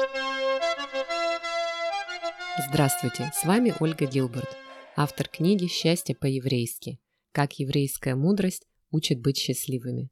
Здравствуйте, с вами Ольга Гилберт, автор книги «Счастье по-еврейски. Как еврейская мудрость учит быть счастливыми».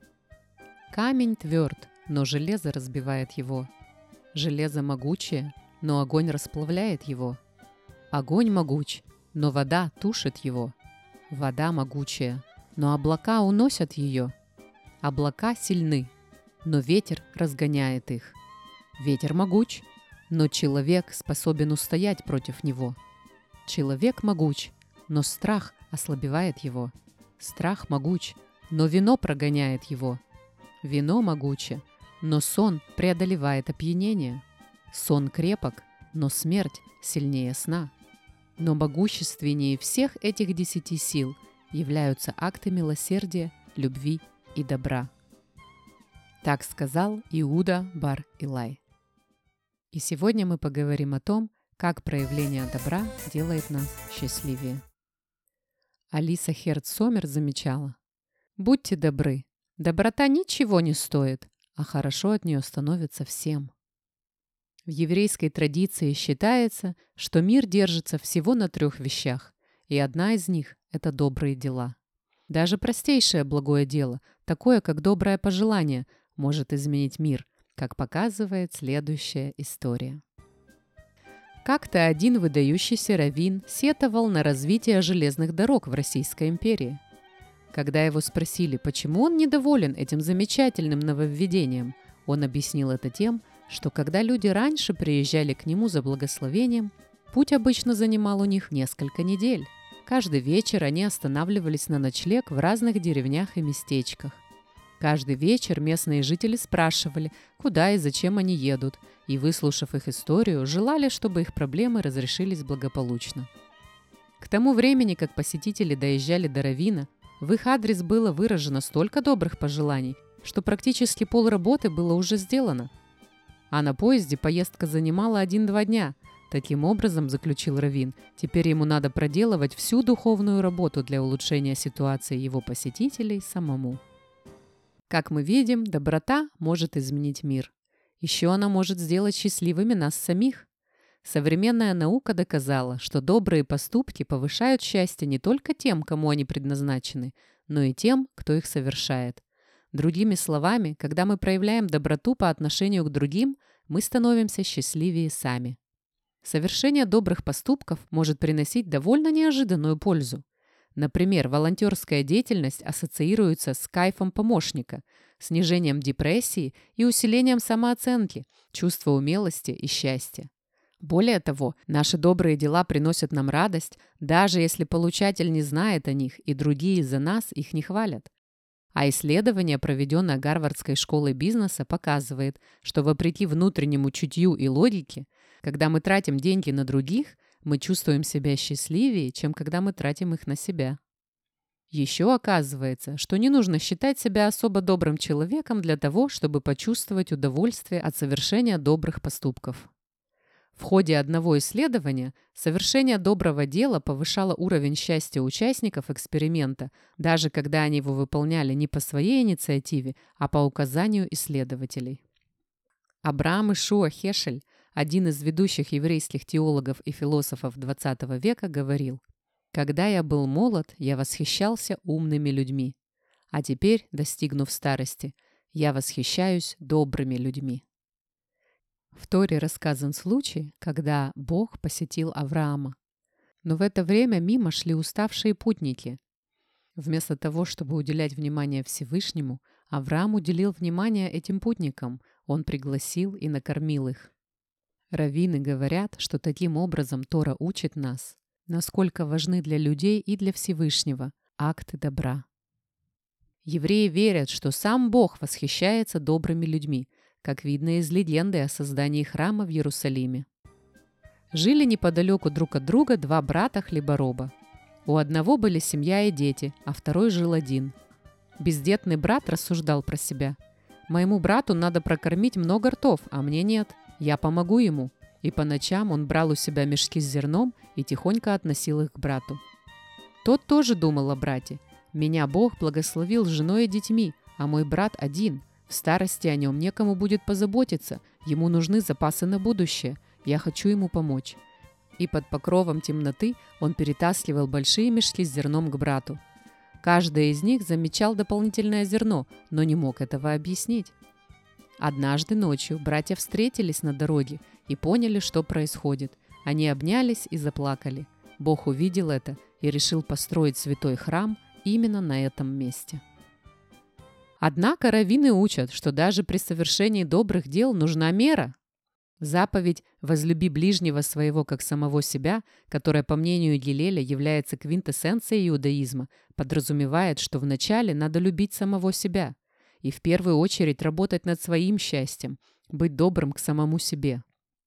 Камень тверд, но железо разбивает его. Железо могучее, но огонь расплавляет его. Огонь могуч, но вода тушит его. Вода могучая, но облака уносят ее. Облака сильны, но ветер разгоняет их. Ветер могуч, но человек способен устоять против него. Человек могуч, но страх ослабевает его. Страх могуч, но вино прогоняет его. Вино могуче, но сон преодолевает опьянение. Сон крепок, но смерть сильнее сна. Но могущественнее всех этих 10 сил являются акты милосердия, любви и добра. Так сказал Иуда бар Илай. И сегодня мы поговорим о том, как проявление добра делает нас счастливее. Алиса Херц-Сомер замечала: «Будьте добры, доброта ничего не стоит, а хорошо от нее становится всем». В еврейской традиции считается, что мир держится всего на 3 вещах, и одна из них – это добрые дела. Даже простейшее благое дело, такое как доброе пожелание, может изменить мир, как показывает следующая история. Как-то один выдающийся раввин сетовал на развитие железных дорог в Российской империи. Когда его спросили, почему он недоволен этим замечательным нововведением, он объяснил это тем, что когда люди раньше приезжали к нему за благословением, путь обычно занимал у них несколько недель. Каждый вечер они останавливались на ночлег в разных деревнях и местечках. Каждый вечер местные жители спрашивали, куда и зачем они едут, и, выслушав их историю, желали, чтобы их проблемы разрешились благополучно. К тому времени, как посетители доезжали до раввина, в их адрес было выражено столько добрых пожеланий, что практически полработы было уже сделано. А на поезде поездка занимала 1-2 дня. Таким образом, заключил раввин, теперь ему надо проделывать всю духовную работу для улучшения ситуации его посетителей самому. Как мы видим, доброта может изменить мир. Еще она может сделать счастливыми нас самих. Современная наука доказала, что добрые поступки повышают счастье не только тем, кому они предназначены, но и тем, кто их совершает. Другими словами, когда мы проявляем доброту по отношению к другим, мы становимся счастливее сами. Совершение добрых поступков может приносить довольно неожиданную пользу. Например, волонтерская деятельность ассоциируется с кайфом помощника, снижением депрессии и усилением самооценки, чувства умелости и счастья. Более того, наши добрые дела приносят нам радость, даже если получатель не знает о них и другие за нас их не хвалят. А исследование, проведенное Гарвардской школой бизнеса, показывает, что вопреки внутреннему чутью и логике, когда мы тратим деньги на других, мы чувствуем себя счастливее, чем когда мы тратим их на себя. Еще оказывается, что не нужно считать себя особо добрым человеком для того, чтобы почувствовать удовольствие от совершения добрых поступков. В ходе одного исследования совершение доброго дела повышало уровень счастья участников эксперимента, даже когда они его выполняли не по своей инициативе, а по указанию исследователей. Абрахам Ишуа Хешель, один из ведущих еврейских теологов и философов XX века, говорил: «Когда я был молод, я восхищался умными людьми, а теперь, достигнув старости, я восхищаюсь добрыми людьми». В Торе рассказан случай, когда Бог посетил Авраама. Но в это время мимо шли уставшие путники. Вместо того, чтобы уделять внимание Всевышнему, Авраам уделил внимание этим путникам, он пригласил и накормил их. Раввины говорят, что таким образом Тора учит нас, насколько важны для людей и для Всевышнего акты добра. Евреи верят, что сам Бог восхищается добрыми людьми, как видно из легенды о создании храма в Иерусалиме. Жили неподалеку друг от друга 2 брата-хлебороба. У одного были семья и дети, а второй жил один. Бездетный брат рассуждал про себя: «Моему брату надо прокормить много ртов, а мне нет. Я помогу ему». И по ночам он брал у себя мешки с зерном и тихонько относил их к брату. Тот тоже думал о брате. «Меня Бог благословил женой и детьми, а мой брат один. В старости о нем некому будет позаботиться, ему нужны запасы на будущее, я хочу ему помочь». И под покровом темноты он перетаскивал большие мешки с зерном к брату. Каждый из них замечал дополнительное зерно, но не мог этого объяснить. Однажды ночью братья встретились на дороге и поняли, что происходит. Они обнялись и заплакали. Бог увидел это и решил построить святой храм именно на этом месте. Однако раввины учат, что даже при совершении добрых дел нужна мера. Заповедь «возлюби ближнего своего как самого себя», которая, по мнению Гилеля, является квинтэссенцией иудаизма, подразумевает, что вначале надо любить самого себя и в первую очередь работать над своим счастьем, быть добрым к самому себе.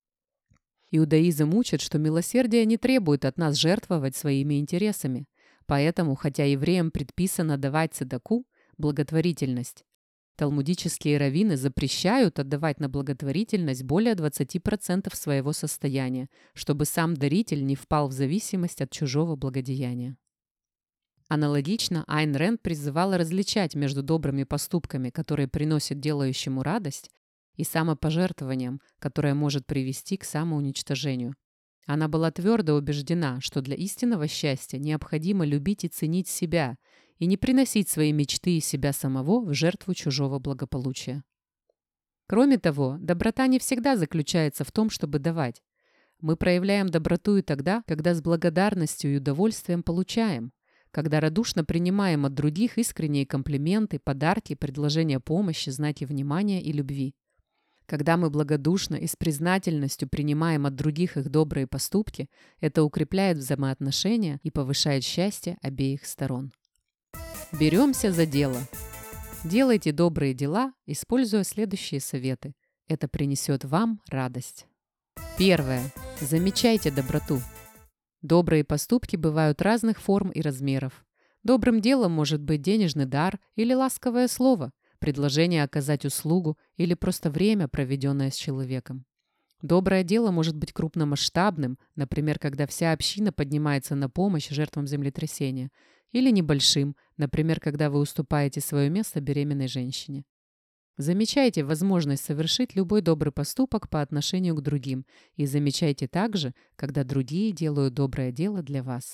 Иудаизм учит, что милосердие не требует от нас жертвовать своими интересами, поэтому, хотя евреям предписано давать цедаку, благотворительность, талмудические раввины запрещают отдавать на благотворительность более 20% своего состояния, чтобы сам даритель не впал в зависимость от чужого благодеяния. Аналогично Айн Рэнд призывала различать между добрыми поступками, которые приносят делающему радость, и самопожертвованием, которое может привести к самоуничтожению. Она была твердо убеждена, что для истинного счастья необходимо любить и ценить себя и не приносить свои мечты и себя самого в жертву чужого благополучия. Кроме того, доброта не всегда заключается в том, чтобы давать. Мы проявляем доброту и тогда, когда с благодарностью и удовольствием получаем, когда радушно принимаем от других искренние комплименты, подарки, предложения помощи, знаки внимания и любви. Когда мы благодушно и с признательностью принимаем от других их добрые поступки, это укрепляет взаимоотношения и повышает счастье обеих сторон. Беремся за дело. Делайте добрые дела, используя следующие советы. Это принесет вам радость. Первое. Замечайте доброту. Добрые поступки бывают разных форм и размеров. Добрым делом может быть денежный дар или ласковое слово, предложение оказать услугу или просто время, проведенное с человеком. Доброе дело может быть крупномасштабным, например, когда вся община поднимается на помощь жертвам землетрясения, или небольшим, например, когда вы уступаете свое место беременной женщине. Замечайте возможность совершить любой добрый поступок по отношению к другим и замечайте также, когда другие делают доброе дело для вас.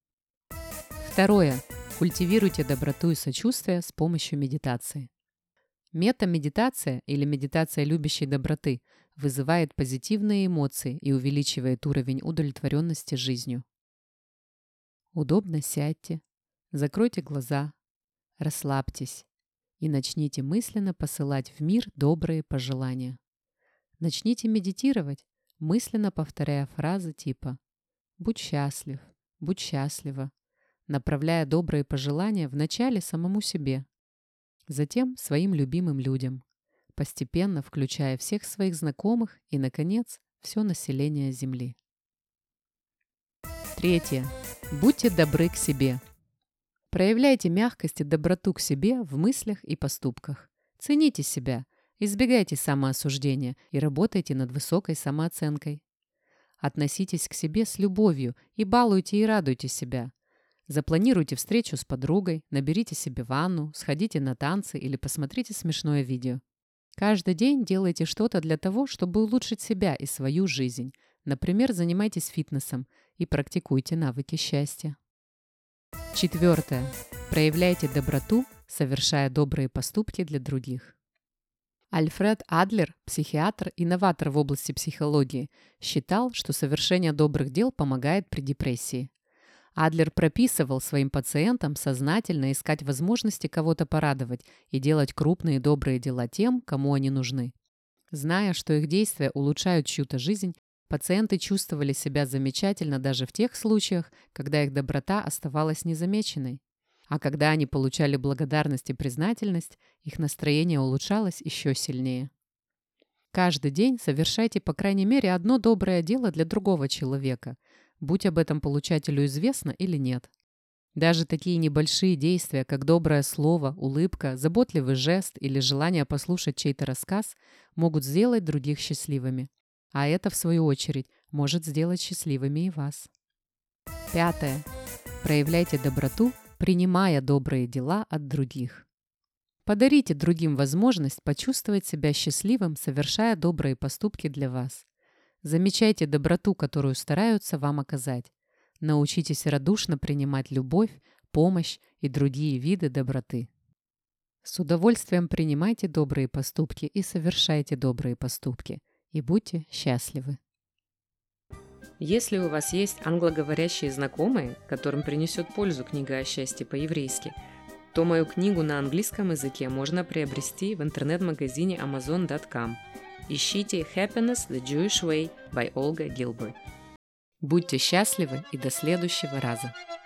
Второе. Культивируйте доброту и сочувствие с помощью медитации. Мета-медитация или медитация любящей доброты вызывает позитивные эмоции и увеличивает уровень удовлетворенности жизнью. Удобно сядьте, закройте глаза, расслабьтесь и начните мысленно посылать в мир добрые пожелания. Начните медитировать, мысленно повторяя фразы типа «Будь счастлив», «Будь счастлива», направляя добрые пожелания вначале самому себе, затем своим любимым людям, постепенно включая всех своих знакомых и, наконец, все население Земли. Третье. Будьте добры к себе. Проявляйте мягкость и доброту к себе в мыслях и поступках. Цените себя, избегайте самоосуждения и работайте над высокой самооценкой. Относитесь к себе с любовью и балуйте и радуйте себя. Запланируйте встречу с подругой, наберите себе ванну, сходите на танцы или посмотрите смешное видео. Каждый день делайте что-то для того, чтобы улучшить себя и свою жизнь. Например, занимайтесь фитнесом и практикуйте навыки счастья. Четвертое. Проявляйте доброту, совершая добрые поступки для других. Альфред Адлер, психиатр и новатор в области психологии, считал, что совершение добрых дел помогает при депрессии. Адлер прописывал своим пациентам сознательно искать возможности кого-то порадовать и делать крупные добрые дела тем, кому они нужны. Зная, что их действия улучшают чью-то жизнь, пациенты чувствовали себя замечательно даже в тех случаях, когда их доброта оставалась незамеченной. А когда они получали благодарность и признательность, их настроение улучшалось еще сильнее. Каждый день совершайте по крайней мере одно доброе дело для другого человека, будь об этом получателю известно или нет. Даже такие небольшие действия, как доброе слово, улыбка, заботливый жест или желание послушать чей-то рассказ, могут сделать других счастливыми. А это, в свою очередь, может сделать счастливыми и вас. Пятое. Проявляйте доброту, принимая добрые дела от других. Подарите другим возможность почувствовать себя счастливым, совершая добрые поступки для вас. Замечайте доброту, которую стараются вам оказать. Научитесь радушно принимать любовь, помощь и другие виды доброты. С удовольствием принимайте добрые поступки и совершайте добрые поступки. И будьте счастливы. Если у вас есть англоговорящие знакомые, которым принесет пользу книга о счастье по-еврейски, то мою книгу на английском языке можно приобрести в интернет-магазине amazon.com. Ищите Happiness the Jewish Way by Olga Gilbert. Будьте счастливы и до следующего раза!